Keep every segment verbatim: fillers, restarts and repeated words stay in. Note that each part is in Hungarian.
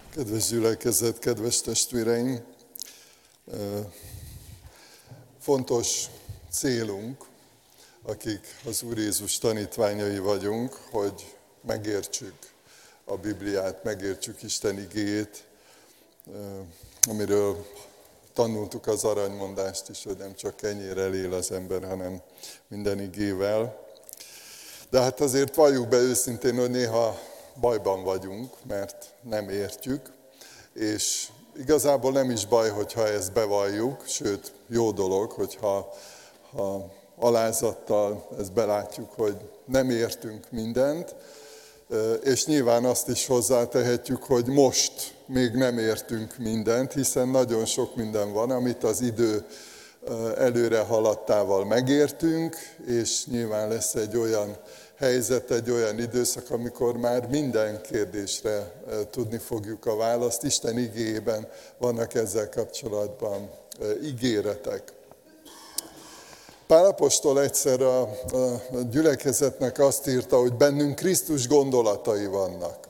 Kedves gyülekezet, kedves testvéreim! Fontos célunk, akik az Úr Jézus tanítványai vagyunk, hogy megértsük a Bibliát, megértsük Isten igéjét, amiről tanultuk az aranymondást is, hogy nem csak kenyérrel él az ember, hanem minden igével. De hát azért valljuk be őszintén, hogy néha bajban vagyunk, mert nem értjük, és igazából nem is baj, hogyha ezt bevalljuk, sőt, jó dolog, hogyha ha alázattal ezt belátjuk, hogy nem értünk mindent, és nyilván azt is hozzátehetjük, hogy most még nem értünk mindent, hiszen nagyon sok minden van, amit az idő előre haladtával megértünk, és nyilván lesz egy olyan helyzet, egy olyan időszak, amikor már minden kérdésre tudni fogjuk a választ. Isten igéjében vannak ezzel kapcsolatban ígéretek. Pál apostol egyszer a, a gyülekezetnek azt írta, hogy bennünk Krisztus gondolatai vannak.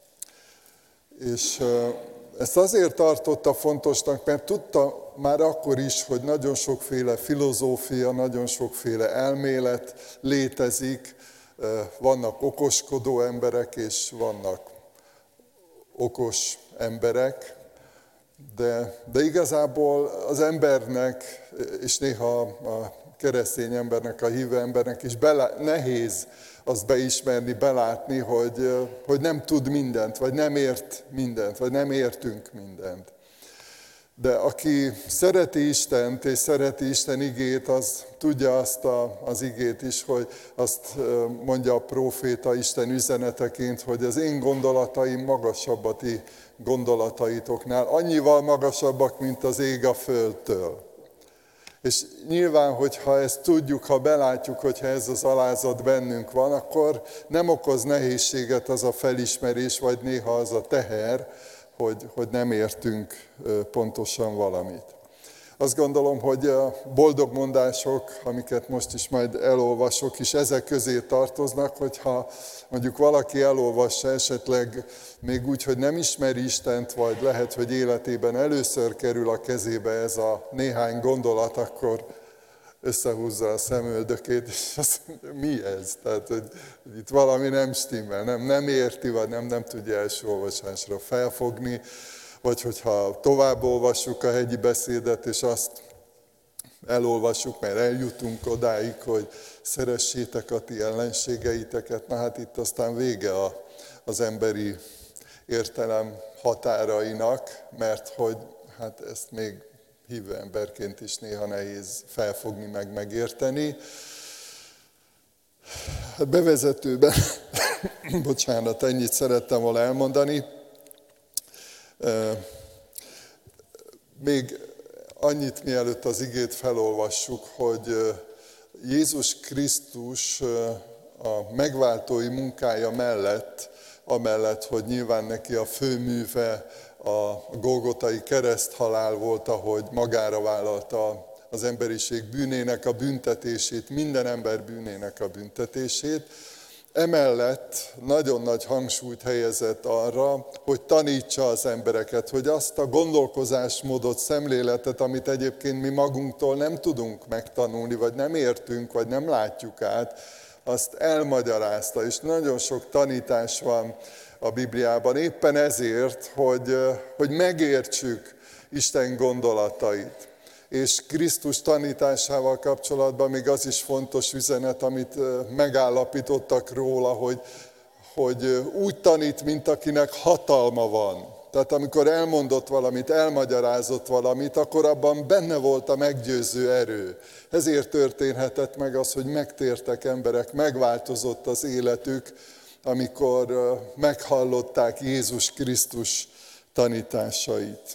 És ezt azért tartotta fontosnak, mert tudta már akkor is, hogy nagyon sokféle filozófia, nagyon sokféle elmélet létezik, vannak okoskodó emberek, és vannak okos emberek, de, de igazából az embernek, és néha a keresztény embernek, a hívő embernek is belá, nehéz azt beismerni, belátni, hogy, hogy nem tud mindent, vagy nem ért mindent, vagy nem értünk mindent. De aki szereti Istent, és szereti Isten igét, az tudja azt a, az igét is, hogy azt mondja a próféta Isten üzeneteként, hogy az én gondolataim magasabb a ti gondolataitoknál, annyival magasabbak, mint az ég a földtől. És nyilván, hogyha ezt tudjuk, ha belátjuk, hogyha ez az alázat bennünk van, akkor nem okoz nehézséget az a felismerés, vagy néha az a teher, hogy, hogy nem értünk pontosan valamit. Azt gondolom, hogy a boldogmondások, amiket most is majd elolvasok, is ezek közé tartoznak, hogyha mondjuk valaki elolvassa esetleg még úgy, hogy nem ismeri Istent, vagy lehet, hogy életében először kerül a kezébe ez a néhány gondolat, akkor összehúzza a szemöldökét, és azt mondja, mi ez? Tehát, hogy, hogy itt valami nem stimmel, nem, nem érti, vagy nem, nem tudja első olvasásra felfogni, vagy hogyha tovább olvassuk a hegyi beszédet, és azt elolvassuk, mert eljutunk odáig, hogy szeressétek a ti ellenségeiteket, na hát itt aztán vége a, az emberi értelem határainak, mert hogy hát ezt még hívő emberként is néha nehéz felfogni, meg megérteni. Hát bevezetőben, bocsánat, ennyit szerettem volna elmondani. Még annyit, mielőtt az igét felolvassuk, hogy Jézus Krisztus a megváltói munkája mellett, amellett, hogy nyilván neki a főműve a golgotai kereszthalál volt, ahogy magára vállalta az emberiség bűnének a büntetését, minden ember bűnének a büntetését. Emellett nagyon nagy hangsúlyt helyezett arra, hogy tanítsa az embereket, hogy azt a gondolkozásmódot, szemléletet, amit egyébként mi magunktól nem tudunk megtanulni, vagy nem értünk, vagy nem látjuk át, azt elmagyarázta, és nagyon sok tanítás van a Bibliában, éppen ezért, hogy, hogy megértsük Isten gondolatait. És Krisztus tanításával kapcsolatban még az is fontos üzenet, amit megállapítottak róla, hogy, hogy úgy tanít, mint akinek hatalma van. Tehát amikor elmondott valamit, elmagyarázott valamit, akkor abban benne volt a meggyőző erő. Ezért történhetett meg az, hogy megtértek emberek, megváltozott az életük, amikor meghallották Jézus Krisztus tanításait.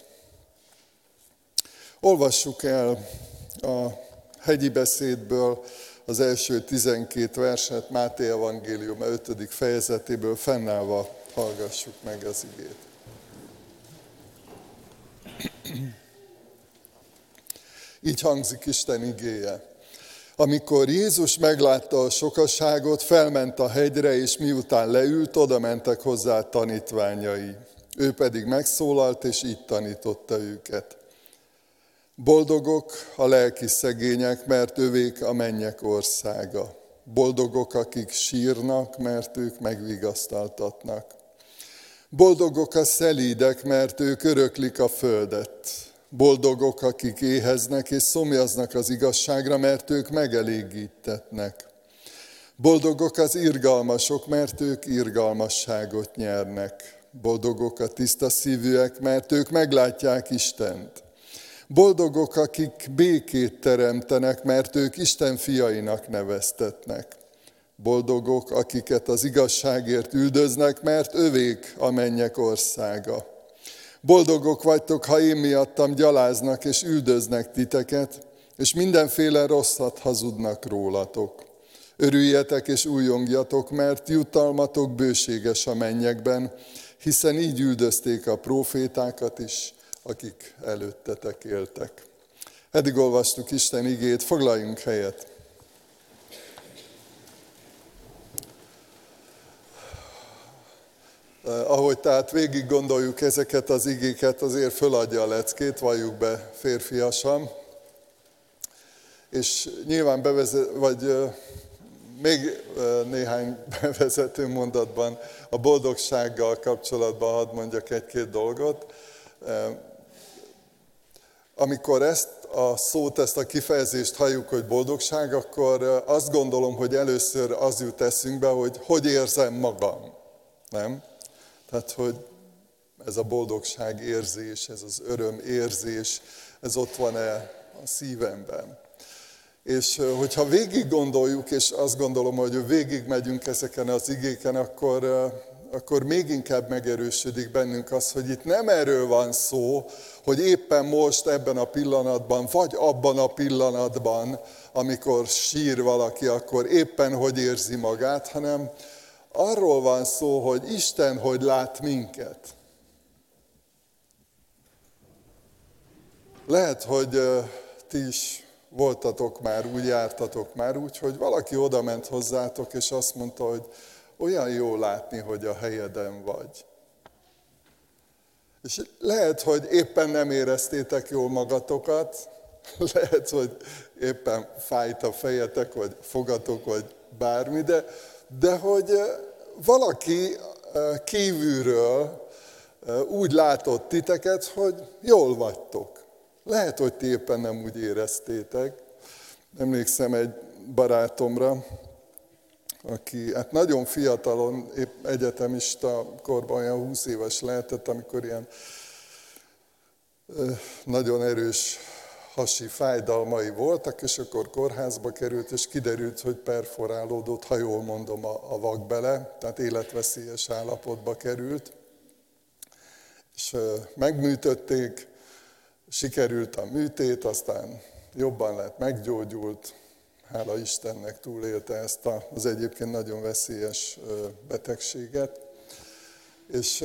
Olvassuk el a hegyi beszédből az első tizenkét verset, Máté evangélium ötödik fejezetéből, fennállva hallgassuk meg az igét. Így hangzik Isten igéje. Amikor Jézus meglátta a sokaságot, felment a hegyre, és miután leült, oda mentek hozzá tanítványai. Ő pedig megszólalt, és így tanította őket. Boldogok a lelki szegények, mert övék a mennyek országa. Boldogok, akik sírnak, mert ők megvigasztaltatnak. Boldogok a szelídek, mert ők öröklik a földet. Boldogok, akik éheznek és szomjaznak az igazságra, mert ők megelégítetnek. Boldogok az irgalmasok, mert ők irgalmasságot nyernek. Boldogok a tiszta szívűek, mert ők meglátják Istent. Boldogok, akik békét teremtenek, mert ők Isten fiainak neveztetnek. Boldogok, akiket az igazságért üldöznek, mert övék a mennyek országa. Boldogok vagytok, ha én miattam gyaláznak és üldöznek titeket, és mindenféle rosszat hazudnak rólatok. Örüljetek és újongjatok, mert jutalmatok bőséges a mennyekben, hiszen így üldözték a prófétákat is, akik előttetek éltek. Eddig olvastuk Isten igét, foglaljunk helyet. Ahogy tehát végig gondoljuk ezeket az igéket, azért föladja a leckét, valljuk be férfiasan. És nyilván bevezet, vagy még néhány bevezető mondatban a boldogsággal kapcsolatban hadd mondjak egy-két dolgot. Amikor ezt a szót, ezt a kifejezést halljuk, hogy boldogság, akkor azt gondolom, hogy először az jut eszünkbe, hogy hogy érzem magam, nem? Tehát, hogy ez a boldogság érzés, ez az öröm érzés, ez ott van-e a szívemben. És hogyha végig gondoljuk, és azt gondolom, hogy végig megyünk ezeken az igéken, akkor, akkor még inkább megerősödik bennünk az, hogy itt nem erről van szó, hogy éppen most ebben a pillanatban, vagy abban a pillanatban, amikor sír valaki, akkor éppen hogy érzi magát, hanem arról van szó, hogy Isten hogy lát minket. Lehet, hogy ti is voltatok már, úgy jártatok már úgy, hogy valaki oda ment hozzátok, és azt mondta, hogy olyan jó látni, hogy a helyeden vagy. És lehet, hogy éppen nem éreztétek jól magatokat, lehet, hogy éppen fájt a fejetek, vagy fogatok, vagy bármi, de, de hogy valaki kívülről úgy látott titeket, hogy jól vagytok. Lehet, hogy ti éppen nem úgy éreztétek. Emlékszem egy barátomra, aki hát nagyon fiatalon, épp egyetemista korban, olyan húsz éves lehetett, amikor ilyen nagyon erős hasi fájdalmai voltak, és akkor kórházba került, és kiderült, hogy perforálódott, ha jól mondom, a vakbele, tehát életveszélyes állapotba került. És megműtötték, sikerült a műtét, aztán jobban lett, meggyógyult, hála Istennek túlélte ezt az egyébként nagyon veszélyes betegséget. És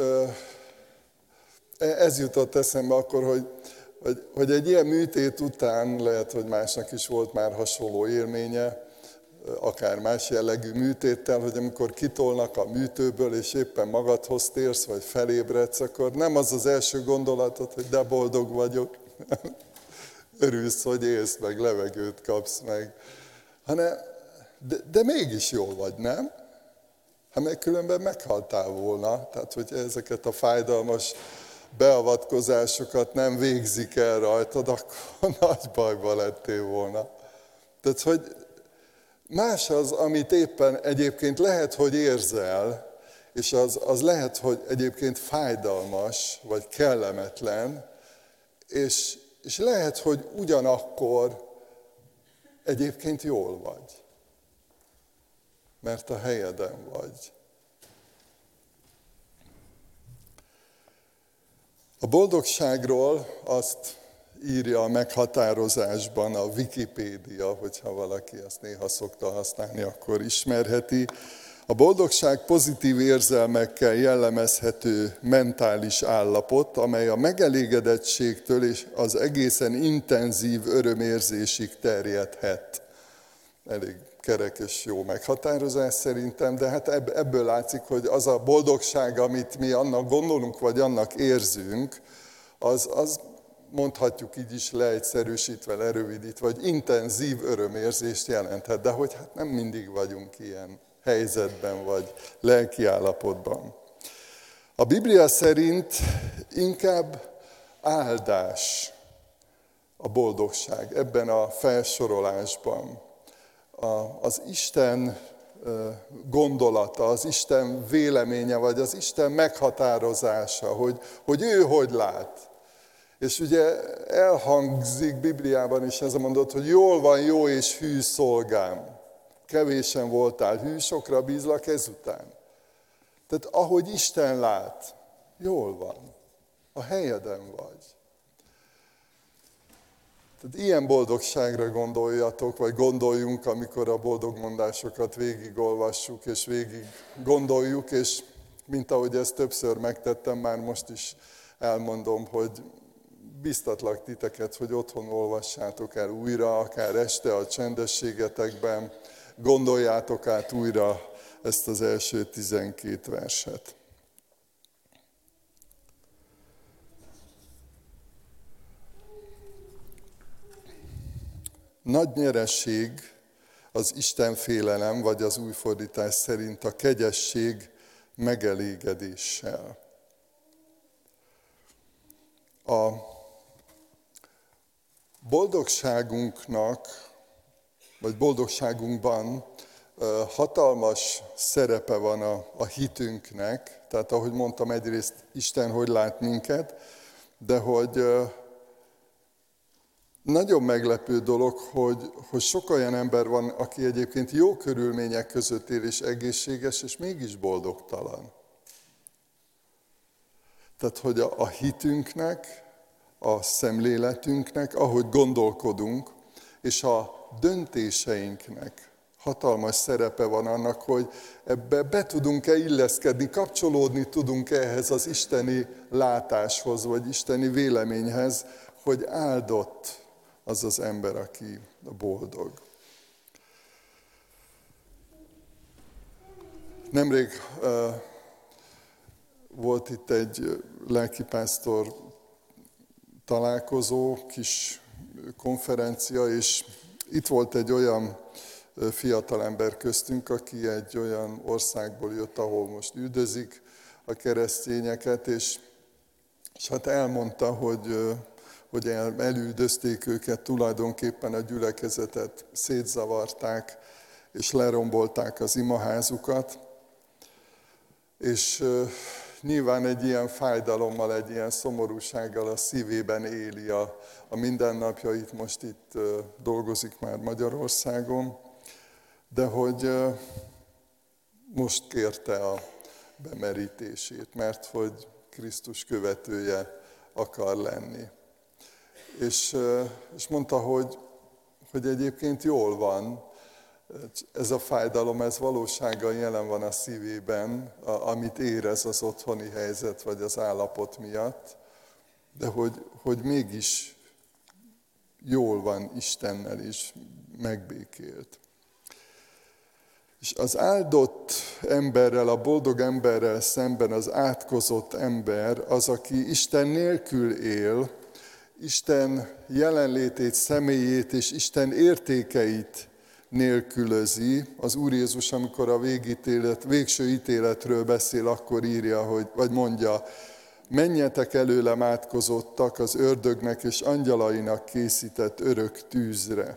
ez jutott eszembe akkor, hogy, hogy, hogy egy ilyen műtét után, lehet, hogy másnak is volt már hasonló élménye, akár más jellegű műtéttel, hogy amikor kitolnak a műtőből, és éppen magadhoz térsz, vagy felébredsz, akkor nem az az első gondolatod, hogy de boldog vagyok, örülsz, hogy élsz, meg levegőt kapsz meg, hanem, de, de mégis jól vagy, nem? Hát meg különben meghaltál volna, tehát hogy ezeket a fájdalmas beavatkozásokat nem végzik el rajtad, akkor nagy bajba lettél volna. Tehát, hogy más az, amit éppen egyébként lehet, hogy érzel, és az, az lehet, hogy egyébként fájdalmas, vagy kellemetlen, és, és lehet, hogy ugyanakkor egyébként jól vagy, mert a helyeden vagy. A boldogságról azt írja a meghatározásban a Wikipédia, hogyha valaki azt néha szokta használni, akkor ismerheti. A boldogság pozitív érzelmekkel jellemezhető mentális állapot, amely a megelégedettségtől és az egészen intenzív örömérzésig terjedhet. elég kerek és jó meghatározás szerintem, de hát ebből látszik, hogy az a boldogság, amit mi annak gondolunk, vagy annak érzünk, az, az mondhatjuk így is leegyszerűsítve, lerövidítve, vagy intenzív örömérzést jelenthet, de hogy hát nem mindig vagyunk ilyen helyzetben, vagy lelkiállapotban. A Biblia szerint inkább áldás a boldogság ebben a felsorolásban. Az Isten gondolata, az Isten véleménye, vagy az Isten meghatározása, hogy, hogy ő hogy lát. És ugye elhangzik Bibliában is ez a mondat, hogy jól van, jó és hű szolgám. Kevésen voltál hű, sokra bízlak ezután. Tehát ahogy Isten lát, jól van, a helyeden vagy. Tehát ilyen boldogságra gondoljatok, vagy gondoljunk, amikor a boldogmondásokat végigolvassuk, és végig gondoljuk, és mint ahogy ezt többször megtettem, már most is elmondom, hogy biztatlak titeket, hogy otthon olvassátok el újra, akár este a csendességetekben, gondoljátok át újra ezt az első tizenkét verset. Nagy nyeresség az istenfélelem, vagy az új fordítás szerint a kegyesség megelégedéssel. A boldogságunknak, vagy boldogságunkban hatalmas szerepe van a, a hitünknek, tehát ahogy mondtam, egyrészt Isten hogy lát minket, de hogy nagyon meglepő dolog, hogy, hogy sok olyan ember van, aki egyébként jó körülmények között él és egészséges, és mégis boldogtalan. Tehát, hogy a, a hitünknek, a szemléletünknek, ahogy gondolkodunk, és a döntéseinknek hatalmas szerepe van annak, hogy ebbe be tudunk-e illeszkedni, kapcsolódni tudunk-e ehhez az isteni látáshoz, vagy isteni véleményhez, hogy áldott az az ember, aki boldog. Nemrég uh, volt itt egy lelkipásztor találkozó, kis konferencia, és itt volt egy olyan fiatalember köztünk, aki egy olyan országból jött, ahol most üldözik a keresztényeket, és, és hát elmondta, hogy, hogy el, elüldözték őket, tulajdonképpen a gyülekezetet szétzavarták, és lerombolták az imaházukat, és nyilván egy ilyen fájdalommal, egy ilyen szomorúsággal a szívében éli a, a mindennapjait, most itt dolgozik már Magyarországon, de hogy most kérte a bemerítését, mert hogy Krisztus követője akar lenni. És, és mondta, hogy, hogy egyébként jól van, ez a fájdalom, ez valósággal jelen van a szívében, amit érez az otthoni helyzet vagy az állapot miatt, de hogy, hogy mégis jól van Istennel is, megbékélt. És az áldott emberrel, a boldog emberrel szemben az átkozott ember az, aki Isten nélkül él, Isten jelenlétét, személyét és Isten értékeit nélkülözi. Az Úr Jézus, amikor a végítélet, végső ítéletről beszél, akkor írja, hogy, vagy mondja, menjetek előlem átkozottak az ördögnek és angyalainak készített örök tűzre.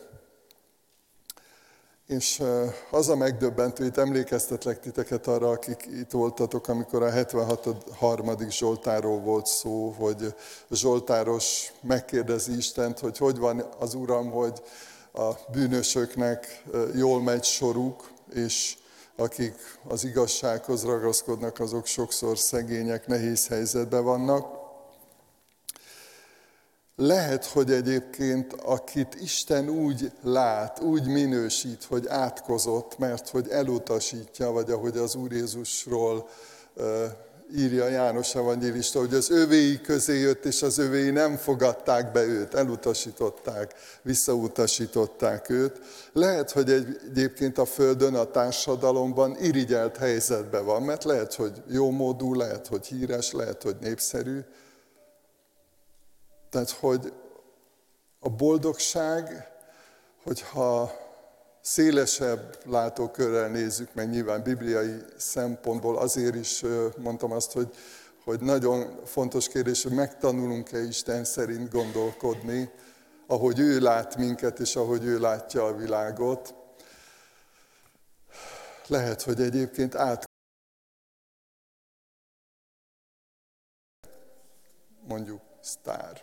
És az a megdöbbentő, itt emlékeztetlek titeket arra, akik itt voltatok, amikor a hetvenharmadik Zsoltárról volt szó, hogy Zsoltáros megkérdezi Istent, hogy hogy van az Uram, hogy a bűnösöknek jól megy soruk, és akik az igazsághoz ragaszkodnak, azok sokszor szegények, nehéz helyzetben vannak. Lehet, hogy egyébként akit Isten úgy lát, úgy minősít, hogy átkozott, mert hogy elutasítja, vagy ahogy az Úr Jézusról írja János evangélista, hogy az övéi közé jött, és az övéi nem fogadták be őt, elutasították, visszautasították őt. Lehet, hogy egyébként a Földön, a társadalomban irigyelt helyzetben van, mert lehet, hogy jómódú, lehet, hogy híres, lehet, hogy népszerű. Tehát, hogy a boldogság, hogyha szélesebb látókörrel nézzük, meg nyilván bibliai szempontból, azért is mondtam azt, hogy, hogy nagyon fontos kérdés, hogy megtanulunk-e Isten szerint gondolkodni, ahogy ő lát minket, és ahogy ő látja a világot. Lehet, hogy egyébként át mondjuk sztár.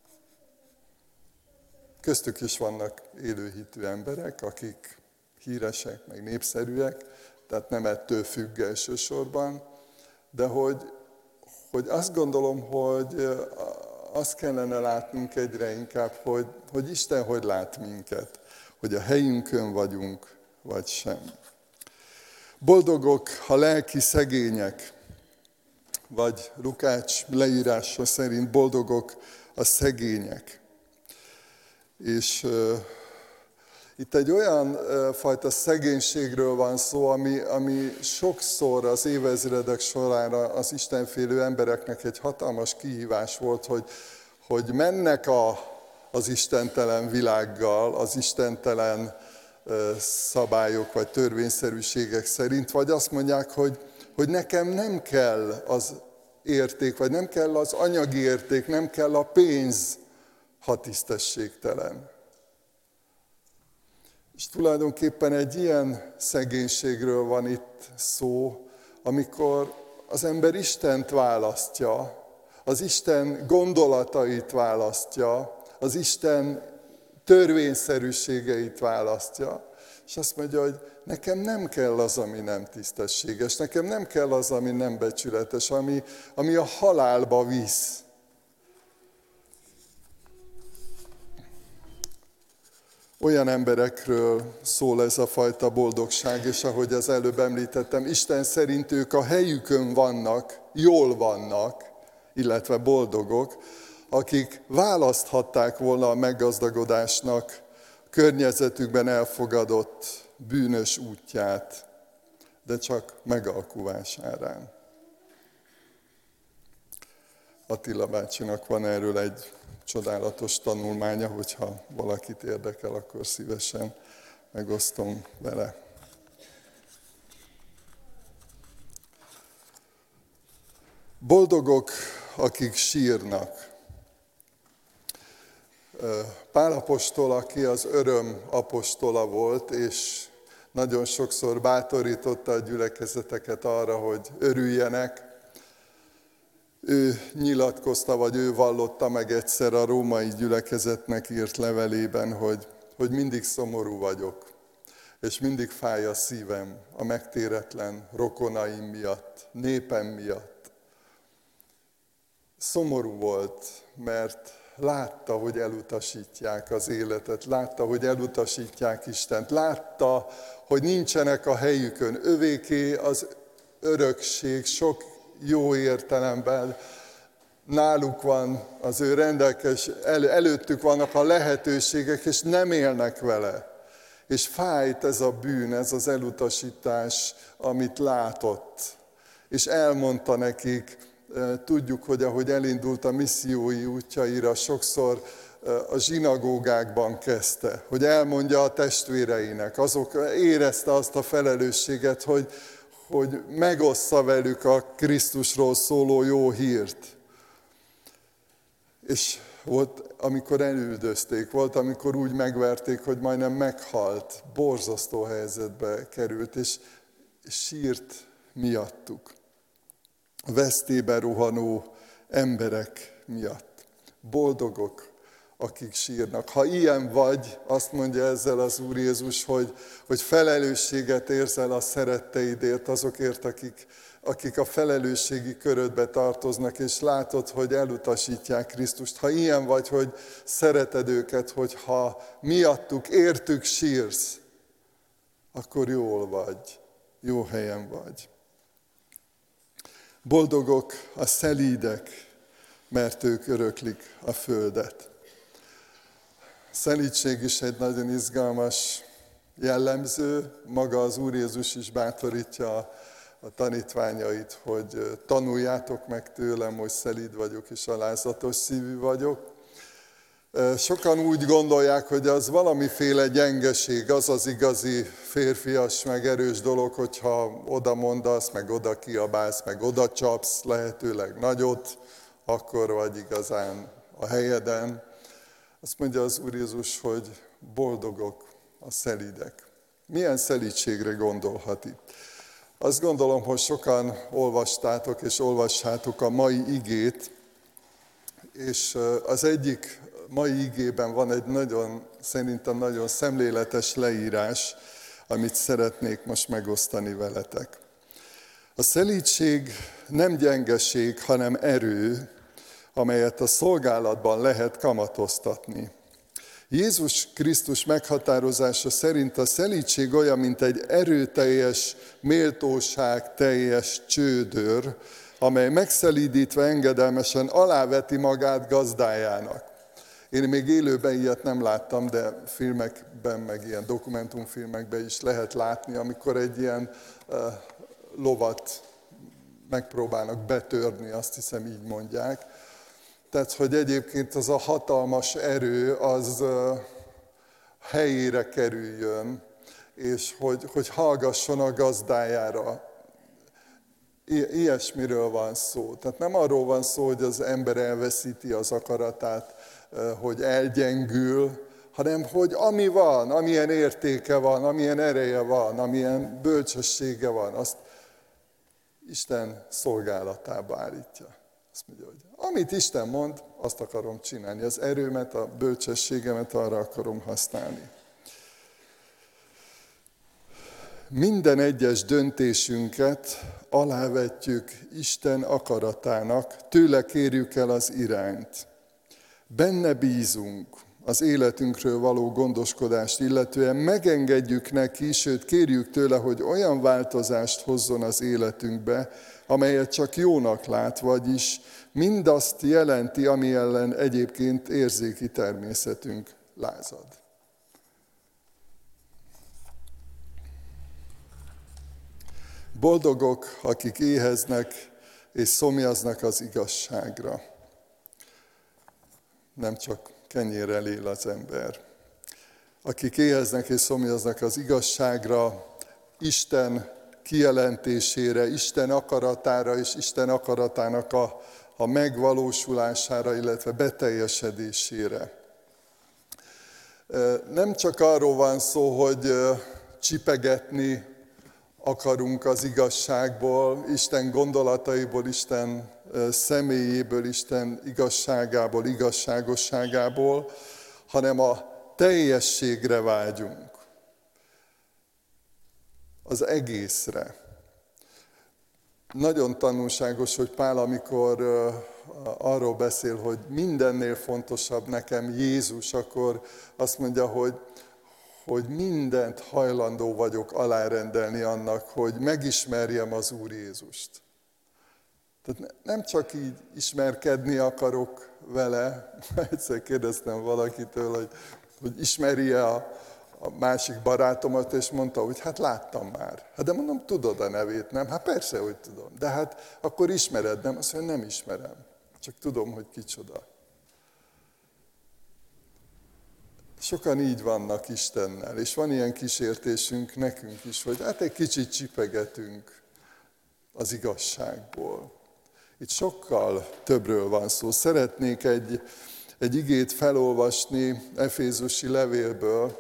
Köztük is vannak élőhitű emberek, akik híresek, meg népszerűek, tehát nem ettől függ elsősorban, de hogy, hogy azt gondolom, hogy azt kellene látnunk egyre inkább, hogy, hogy Isten hogy lát minket, hogy a helyünkön vagyunk, vagy sem. Boldogok a lelki szegények, vagy Lukács leírása szerint boldogok a szegények. És uh, itt egy olyan uh, fajta szegénységről van szó, ami, ami sokszor az évezredek során az istenfélő embereknek egy hatalmas kihívás volt, hogy, hogy mennek a, az istentelen világgal, az istentelen uh, szabályok vagy törvényszerűségek szerint, vagy azt mondják, hogy, hogy nekem nem kell az érték, vagy nem kell az anyagi érték, nem kell a pénz, ha tisztességtelen. És tulajdonképpen egy ilyen szegénységről van itt szó, amikor az ember Istent választja, az Isten gondolatait választja, az Isten törvényszerűségeit választja, és azt mondja, hogy nekem nem kell az, ami nem tisztességes, nekem nem kell az, ami nem becsületes, ami, ami a halálba visz. Olyan emberekről szól ez a fajta boldogság, és ahogy az előbb említettem, Isten szerint ők a helyükön vannak, jól vannak, illetve boldogok, akik választhatták volna a meggazdagodásnak környezetükben elfogadott bűnös útját, de csak megalkuvás árán. Attila bácsinak van erről egy csodálatos tanulmánya, hogyha valakit érdekel, akkor szívesen megosztom vele. Boldogok, akik sírnak. Pál apostol, aki az öröm apostola volt, és nagyon sokszor bátorította a gyülekezeteket arra, hogy örüljenek. Ő nyilatkozta, vagy ő vallotta meg egyszer a római gyülekezetnek írt levelében, hogy, hogy mindig szomorú vagyok, és mindig fáj a szívem a megtéretlen rokonaim miatt, népem miatt. Szomorú volt, mert látta, hogy elutasítják az életet, látta, hogy elutasítják Istent, látta, hogy nincsenek a helyükön. Övéké az örökség sok jó értelemben, náluk van az ő rendelkezés, el, előttük vannak a lehetőségek, és nem élnek vele. És fájt ez a bűn, ez az elutasítás, amit látott. És elmondta nekik, tudjuk, hogy ahogy elindult a missziói útjaira, sokszor a zsinagógákban kezdte, hogy elmondja a testvéreinek, azok érezte azt a felelősséget, hogy, hogy megossza velük a Krisztusról szóló jó hírt. És volt, amikor elüldözték, volt, amikor úgy megverték, hogy majdnem meghalt, borzasztó helyzetbe került, és sírt miattuk. A vesztébe rohanó emberek miatt. Boldogok, akik sírnak. Ha ilyen vagy, azt mondja ezzel az Úr Jézus, hogy, hogy felelősséget érzel a szeretteidért, azokért, akik, akik a felelősségi körödbe tartoznak, és látod, hogy elutasítják Krisztust. Ha ilyen vagy, hogy szereted őket, hogyha miattuk, értük sírsz, akkor jól vagy, jó helyen vagy. Boldogok a szelídek, mert ők öröklik a földet. A szelídség is egy nagyon izgalmas jellemző. Maga az Úr Jézus is bátorítja a tanítványait, hogy tanuljátok meg tőlem, hogy szelíd vagyok és alázatos szívű vagyok. Sokan úgy gondolják, hogy az valamiféle gyengeség, az az igazi férfias, meg erős dolog, hogyha oda mondasz, meg oda kiabálsz, meg oda csapsz, lehetőleg nagyot, akkor vagy igazán a helyeden. Azt mondja az Úr Jézus, hogy boldogok a szelídek. Milyen szelídségre gondolhat itt? Azt gondolom, hogy sokan olvastátok és olvassátok a mai igét, és az egyik mai igében van egy nagyon, szerintem nagyon szemléletes leírás, amit szeretnék most megosztani veletek. A szelídség nem gyengeség, hanem erő, amelyet a szolgálatban lehet kamatoztatni. Jézus Krisztus meghatározása szerint a szelídség olyan, mint egy erőteljes, méltóság teljes csődör, amely megszelídítve engedelmesen aláveti magát gazdájának. Én még élőben ilyet nem láttam, de filmekben, meg ilyen dokumentumfilmekben is lehet látni, amikor egy ilyen uh, lovat megpróbálnak betörni, azt hiszem így mondják. Tehát, hogy egyébként az a hatalmas erő, az uh, helyére kerüljön, és hogy, hogy hallgasson a gazdájára. I- ilyesmiről van szó. Tehát nem arról van szó, hogy az ember elveszíti az akaratát, hogy elgyengül, hanem hogy ami van, amilyen értéke van, amilyen ereje van, amilyen bölcsessége van, azt Isten szolgálatába állítja. Azt mondja, hogy amit Isten mond, azt akarom csinálni. Az erőmet, a bölcsességemet arra akarom használni. Minden egyes döntésünket alávetjük Isten akaratának, tőle kérjük el az irányt. Benne bízunk az életünkről való gondoskodást illetően, megengedjük neki, sőt kérjük tőle, hogy olyan változást hozzon az életünkbe, amelyet csak jónak lát, vagyis mindazt jelenti, ami ellen egyébként érzéki természetünk lázad. Boldogok, akik éheznek és szomjaznak az igazságra. Nem csak kenyérrel él az ember. Akik éheznek és szomjaznak az igazságra, Isten kijelentésére, Isten akaratára és Isten akaratának a, a megvalósulására, illetve beteljesedésére. Nem csak arról van szó, hogy csipegetni akarunk az igazságból, Isten gondolataiból, Isten személyéből, Isten igazságából, igazságosságából, hanem a teljességre vágyunk. Az egészre. Nagyon tanulságos, hogy Pál, amikor arról beszél, hogy mindennél fontosabb nekem Jézus, akkor azt mondja, hogy hogy mindent hajlandó vagyok alárendelni annak, hogy megismerjem az Úr Jézust. Tehát nem csak így ismerkedni akarok vele, egyszer kérdeztem valakitől, hogy, hogy ismeri-e a, a másik barátomat, és mondta, hogy hát láttam már. Hát de mondom, tudod a nevét, nem? Hát persze, hogy tudom. De hát akkor ismered, nem? Azt mondja, nem ismerem. Csak tudom, hogy kicsoda. Sokan így vannak Istennel, és van ilyen kísértésünk nekünk is, hogy hát egy kicsit csipegetünk az igazságból. Itt sokkal többről van szó. Szeretnék egy, egy igét felolvasni Efézusi levélből.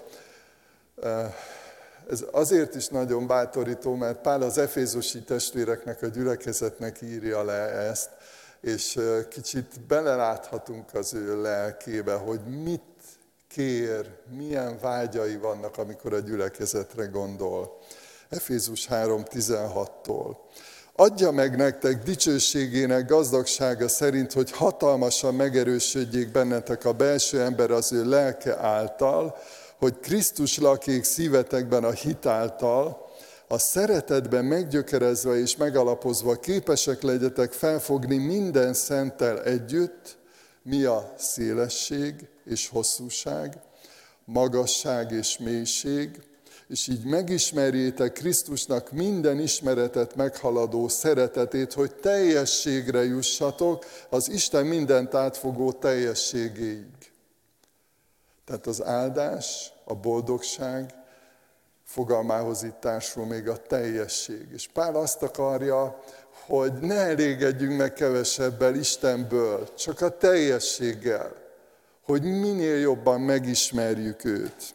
Ez azért is nagyon bátorító, mert Pál az efézusi testvéreknek, a gyülekezetnek írja le ezt, és kicsit beleláthatunk az ő lelkébe, hogy mit kér, milyen vágyai vannak, amikor a gyülekezetre gondol. Efézus három tizenhattól. Adja meg nektek dicsőségének gazdagsága szerint, hogy hatalmasan megerősödjék bennetek a belső ember az ő lelke által, hogy Krisztus lakik szívetekben a hit által, A szeretetben meggyökerezve és megalapozva képesek legyetek felfogni minden szenttel együtt, mi a szélesség és hosszúság, magasság és mélység, és így megismerjétek Krisztusnak minden ismeretet meghaladó szeretetét, hogy teljességre jussatok az Isten mindent átfogó teljességéig. Tehát az áldás, a boldogság fogalmához itt társul még a teljesség. És Pál azt akarja, hogy ne elégedjünk meg kevesebbel Istenből, csak a teljességgel, hogy minél jobban megismerjük őt.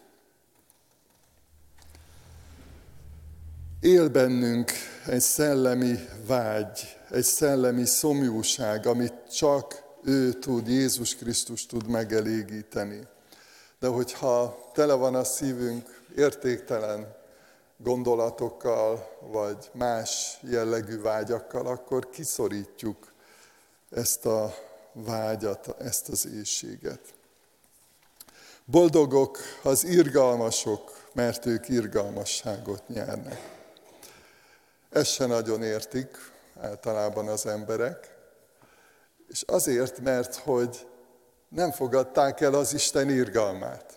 Él bennünk egy szellemi vágy, egy szellemi szomjúság, amit csak ő tud, Jézus Krisztus tud megelégíteni. De hogyha tele van a szívünk értéktelen gondolatokkal, vagy más jellegű vágyakkal, akkor kiszorítjuk ezt a vágyat, ezt az éhséget. Boldogok az irgalmasok, mert ők irgalmasságot nyernek. Ezt se nagyon értik általában az emberek, és azért, mert hogy nem fogadták el az Isten irgalmát.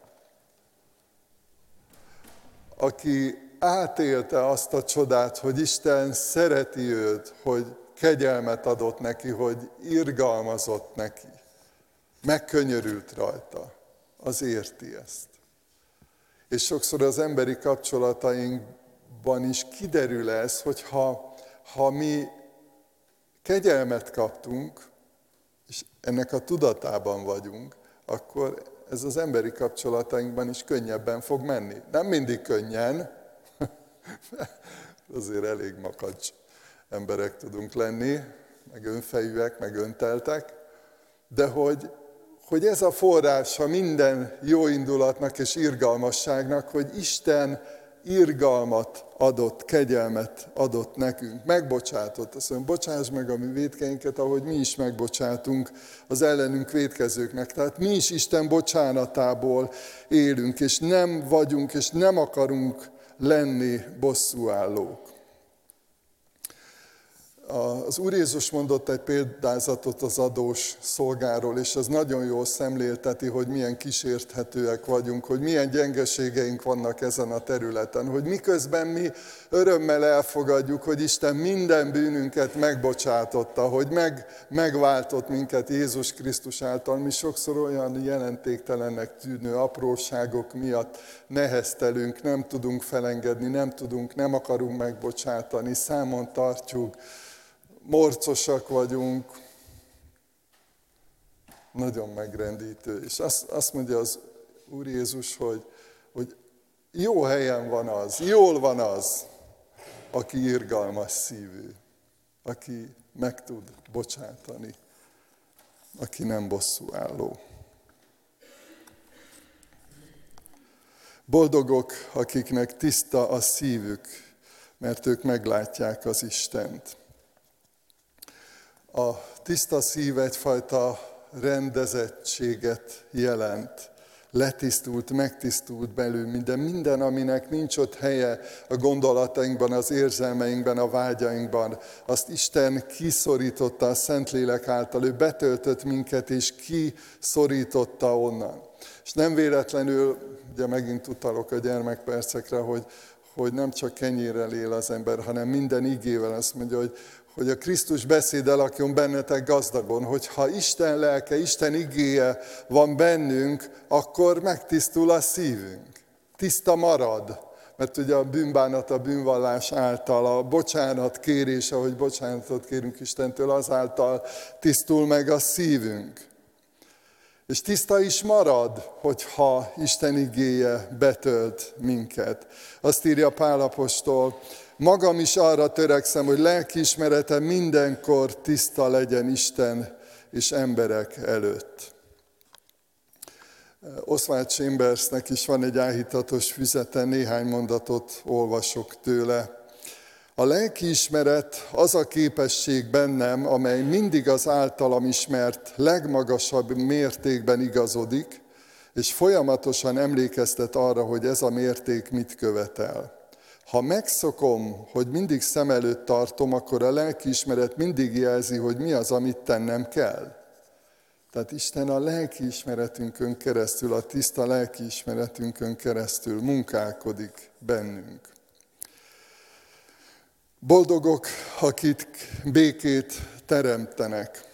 Aki átélte azt a csodát, hogy Isten szereti őt, hogy kegyelmet adott neki, hogy irgalmazott neki, megkönyörült rajta, az érti ezt. És sokszor az emberi kapcsolatainkban is kiderül ez, hogy ha, ha mi kegyelmet kaptunk, és ennek a tudatában vagyunk, akkor ez az emberi kapcsolatainkban is könnyebben fog menni. Nem mindig könnyen, azért elég makacs emberek tudunk lenni, meg önfejűek, meg önteltek, de hogy, hogy ez a forrása minden jó indulatnak és irgalmasságnak, hogy Isten irgalmat adott, kegyelmet adott nekünk, megbocsátott. Azt mondja, bocsáss meg a mi vétkeinket, ahogy mi is megbocsátunk az ellenünk vétkezőknek. Tehát mi is Isten bocsánatából élünk, és nem vagyunk, és nem akarunk lenni bosszúállók. Az Úr Jézus mondott egy példázatot az adós szolgáról, és ez nagyon jól szemlélteti, hogy milyen kísérthetőek vagyunk, hogy milyen gyengeségeink vannak ezen a területen, hogy miközben mi örömmel elfogadjuk, hogy Isten minden bűnünket megbocsátotta, hogy meg, megváltott minket Jézus Krisztus által, mi sokszor olyan jelentéktelennek tűnő apróságok miatt neheztelünk, nem tudunk felengedni, nem tudunk, nem akarunk megbocsátani, számon tartjuk, morcosak vagyunk, nagyon megrendítő. És azt, azt mondja az Úr Jézus, hogy, hogy jó helyen van az, jól van az, aki irgalmas szívű, aki meg tud bocsátani, aki nem bosszúálló. Boldogok, akiknek tiszta a szívük, mert ők meglátják az Istent. A tiszta szív egyfajta rendezettséget jelent. Letisztult, megtisztult belül minden, minden, aminek nincs ott helye a gondolatainkban, az érzelmeinkben, a vágyainkban. Azt Isten kiszorította a Szentlélek által, ő betöltött minket, és kiszorította onnan. És nem véletlenül, ugye megint utalok a gyermekpercekre, hogy, hogy nem csak kenyérrel él az ember, hanem minden igével. Azt mondja, hogy hogy a Krisztus beszéde lakjon bennetek gazdagon, hogyha Isten lelke, Isten igéje van bennünk, akkor megtisztul a szívünk. Tiszta marad, mert ugye a bűnbánat, a bűnvallás által, a bocsánat kérés, ahogy bocsánatot kérünk Istentől, azáltal tisztul meg a szívünk. És tiszta is marad, hogyha Isten igéje betölt minket. Azt írja Pál apostol, magam is arra törekszem, hogy lelkiismeretem mindenkor tiszta legyen Isten és emberek előtt. Oswald Chambersnek is van egy áhítatos füzete, néhány mondatot olvasok tőle. A lelkiismeret az a képesség bennem, amely mindig az általam ismert legmagasabb mértékben igazodik, és folyamatosan emlékeztet arra, hogy ez a mérték mit követel. Ha megszokom, hogy mindig szem előtt tartom, akkor a lelkiismeret mindig jelzi, hogy mi az, amit tennem kell. Tehát Isten a lelkiismeretünkön keresztül, a tiszta lelkiismeretünkön keresztül munkálkodik bennünk. Boldogok, akik békét teremtenek.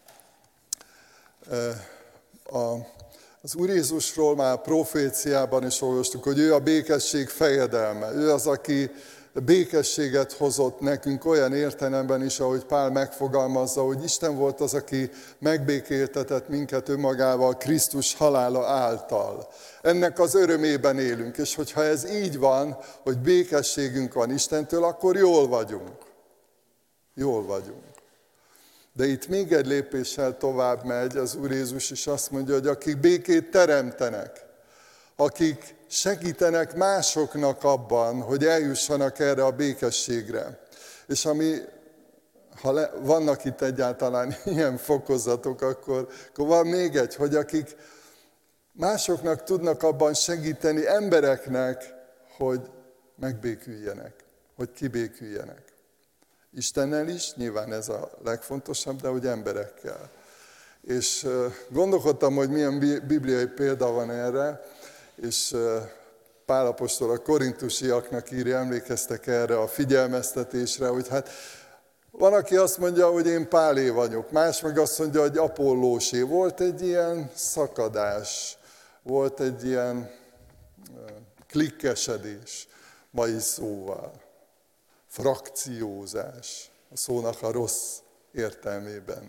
Az Úr Jézusról már proféciában is olvastuk, hogy ő a békesség fejedelme. Ő az, aki békességet hozott nekünk olyan értelemben is, ahogy Pál megfogalmazza, hogy Isten volt az, aki megbékéltetett minket önmagával Krisztus halála által. Ennek az örömében élünk, és hogyha ez így van, hogy békességünk van Istentől, akkor jól vagyunk. Jól vagyunk. De itt még egy lépéssel tovább megy az Úr Jézus, és azt mondja, hogy akik békét teremtenek, akik segítenek másoknak abban, hogy eljussanak erre a békességre. És ami, ha le, vannak itt egyáltalán ilyen fokozatok, akkor, akkor van még egy, hogy akik másoknak tudnak abban segíteni embereknek, hogy megbéküljenek, hogy kibéküljenek. Istennel is, nyilván ez a legfontosabb, de hogy emberekkel. És gondolkodtam, hogy milyen bibliai példa van erre, és Pál apostol a korintusiaknak írja, emlékeztek erre a figyelmeztetésre, hogy hát van, aki azt mondja, hogy én Pálé vagyok, más meg azt mondja, hogy Apollósé. Volt egy ilyen szakadás, volt egy ilyen klikkesedés, mai szóval. Frakciózás, a szónak a rossz értelmében.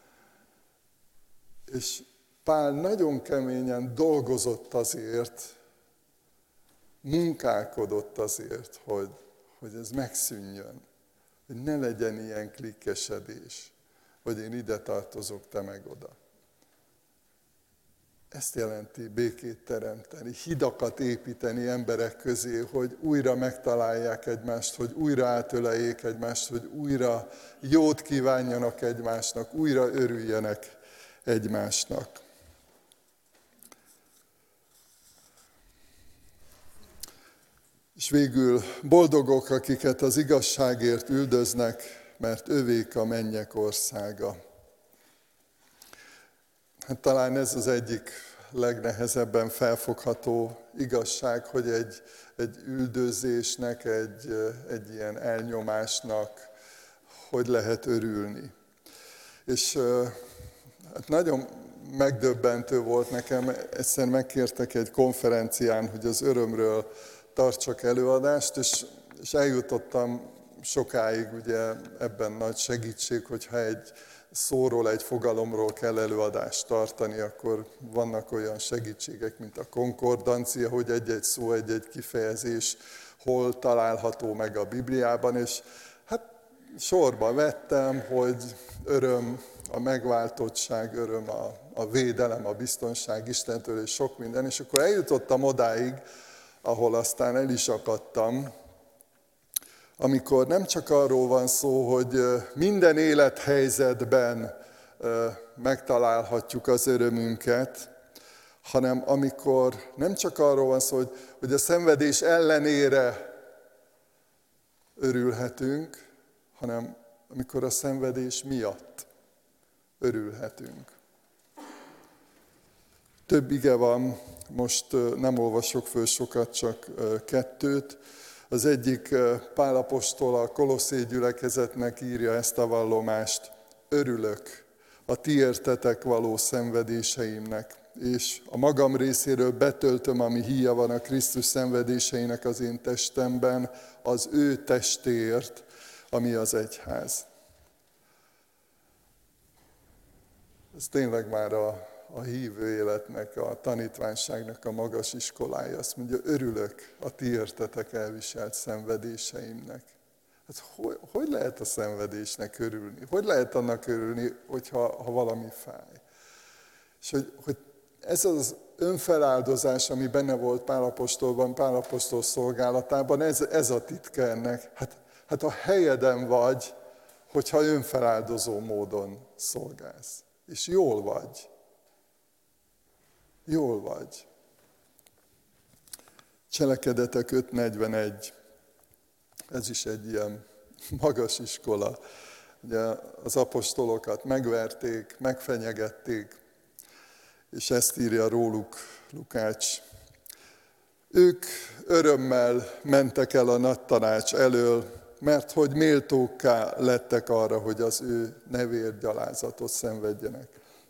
És Pál nagyon keményen dolgozott azért, munkálkodott azért, hogy, hogy ez megszűnjön, hogy ne legyen ilyen klikkesedés, hogy én ide tartozok, te meg oda. Ezt jelenti békét teremteni, hidakat építeni emberek közé, hogy újra megtalálják egymást, hogy újra átöleljék egymást, hogy újra jót kívánjanak egymásnak, újra örüljenek egymásnak. És végül boldogok, akiket az igazságért üldöznek, mert övék a mennyek országa. Hát talán ez az egyik legnehezebben felfogható igazság, hogy egy, egy üldözésnek, egy, egy ilyen elnyomásnak hogy lehet örülni. És hát nagyon megdöbbentő volt nekem, egyszer megkértek egy konferencián, hogy az örömről tartsak előadást, és, és eljutottam sokáig, ugye ebben nagy segítség, hogyha egy szóról, egy fogalomról kell előadást tartani, akkor vannak olyan segítségek, mint a konkordancia, hogy egy-egy szó, egy-egy kifejezés hol található meg a Bibliában, és hát sorba vettem, hogy öröm a megváltottság, öröm a, a védelem, a biztonság Istentől, és sok minden, és akkor eljutottam odáig, ahol aztán el is akadtam, amikor nem csak arról van szó, hogy minden élethelyzetben megtalálhatjuk az örömünket, hanem amikor nem csak arról van szó, hogy, hogy a szenvedés ellenére örülhetünk, hanem amikor a szenvedés miatt örülhetünk. Több ige van, most nem olvasok föl sokat, csak kettőt. Az egyik Pál apostol a Kolosszé gyülekezetnek írja ezt a vallomást: örülök a ti értetek való szenvedéseimnek, és a magam részéről betöltöm, ami híja van a Krisztus szenvedéseinek az én testemben, az ő testéért, ami az egyház. Ez tényleg már a, a hívő életnek, a tanítványságnak a magas iskolája. Azt mondja, örülök a ti értetek elviselt szenvedéseimnek. Hát hogy, hogy lehet a szenvedésnek örülni? Hogy lehet annak örülni, hogyha ha valami fáj? És hogy, hogy ez az önfeláldozás, ami benne volt Pál apostolban, Pál apostol szolgálatában, ez, ez a titka ennek. Hát, hát a helyeden vagy, hogyha önfeláldozó módon szolgálsz. És jól vagy. Jól vagy. Cselekedetek öt negyvenegy. Ez is egy ilyen magas iskola. Ugye az apostolokat megverték, megfenyegették, és ezt írja róluk Lukács. Ők örömmel mentek el a nagy tanács elől, mert hogy méltókká lettek arra, hogy az ő nevért gyalázatot szenvedjenek.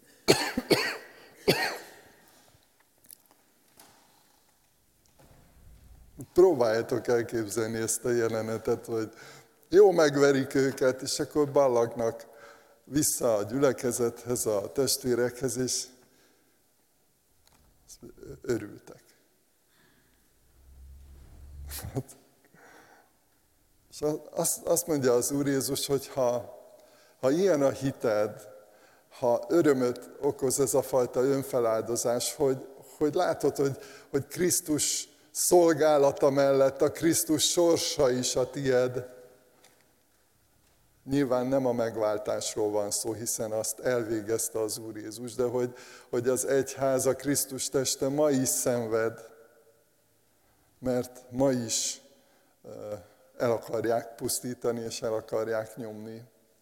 Próbáljátok elképzelni ezt a jelenetet, hogy jó, megverik őket, és akkor ballagnak vissza a gyülekezethez, a testvérekhez, és örültek. És azt mondja az Úr Jézus, hogy ha, ha ilyen a hited, ha örömöt okoz ez a fajta önfeláldozás, hogy, hogy látod, hogy, hogy Krisztus szolgálata mellett a Krisztus sorsa is a tied. Nyilván nem a megváltásról van szó, hiszen azt elvégezte az Úr Jézus, de hogy, hogy az egyház, a Krisztus teste ma is szenved, mert ma is el akarják pusztítani, és el akarják nyomni.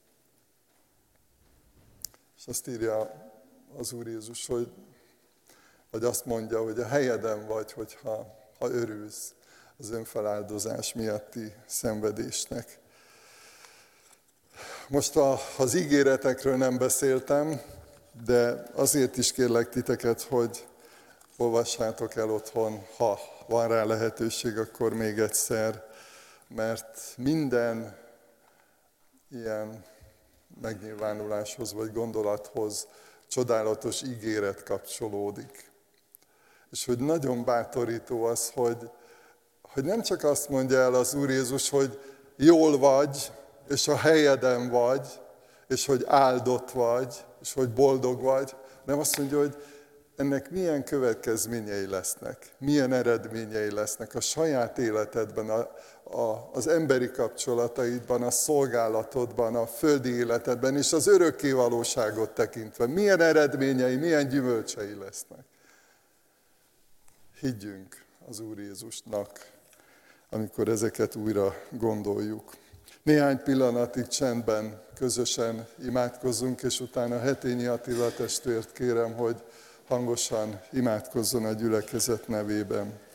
És azt írja az Úr Jézus, hogy, vagy azt mondja, hogy a helyeden vagy, hogyha ha örülsz az önfeláldozás miatti szenvedésnek. Most a, az ígéretekről nem beszéltem, de azért is kérlek titeket, hogy olvassátok el otthon, ha van rá lehetőség, akkor még egyszer, mert minden ilyen megnyilvánuláshoz vagy gondolathoz csodálatos ígéret kapcsolódik. És hogy nagyon bátorító az, hogy, hogy nem csak azt mondja el az Úr Jézus, hogy jól vagy, és a helyeden vagy, és hogy áldott vagy, és hogy boldog vagy, hanem azt mondja, hogy ennek milyen következményei lesznek, milyen eredményei lesznek a saját életedben, a, a, az emberi kapcsolataidban, a szolgálatodban, a földi életedben, és az örökké valóságot tekintve. Milyen eredményei, milyen gyümölcsei lesznek. Higgyünk az Úr Jézusnak, amikor ezeket újra gondoljuk. Néhány pillanatig csendben közösen imádkozzunk, és utána Hetényi Attila testvért kérem, hogy hangosan imádkozzon a gyülekezet nevében.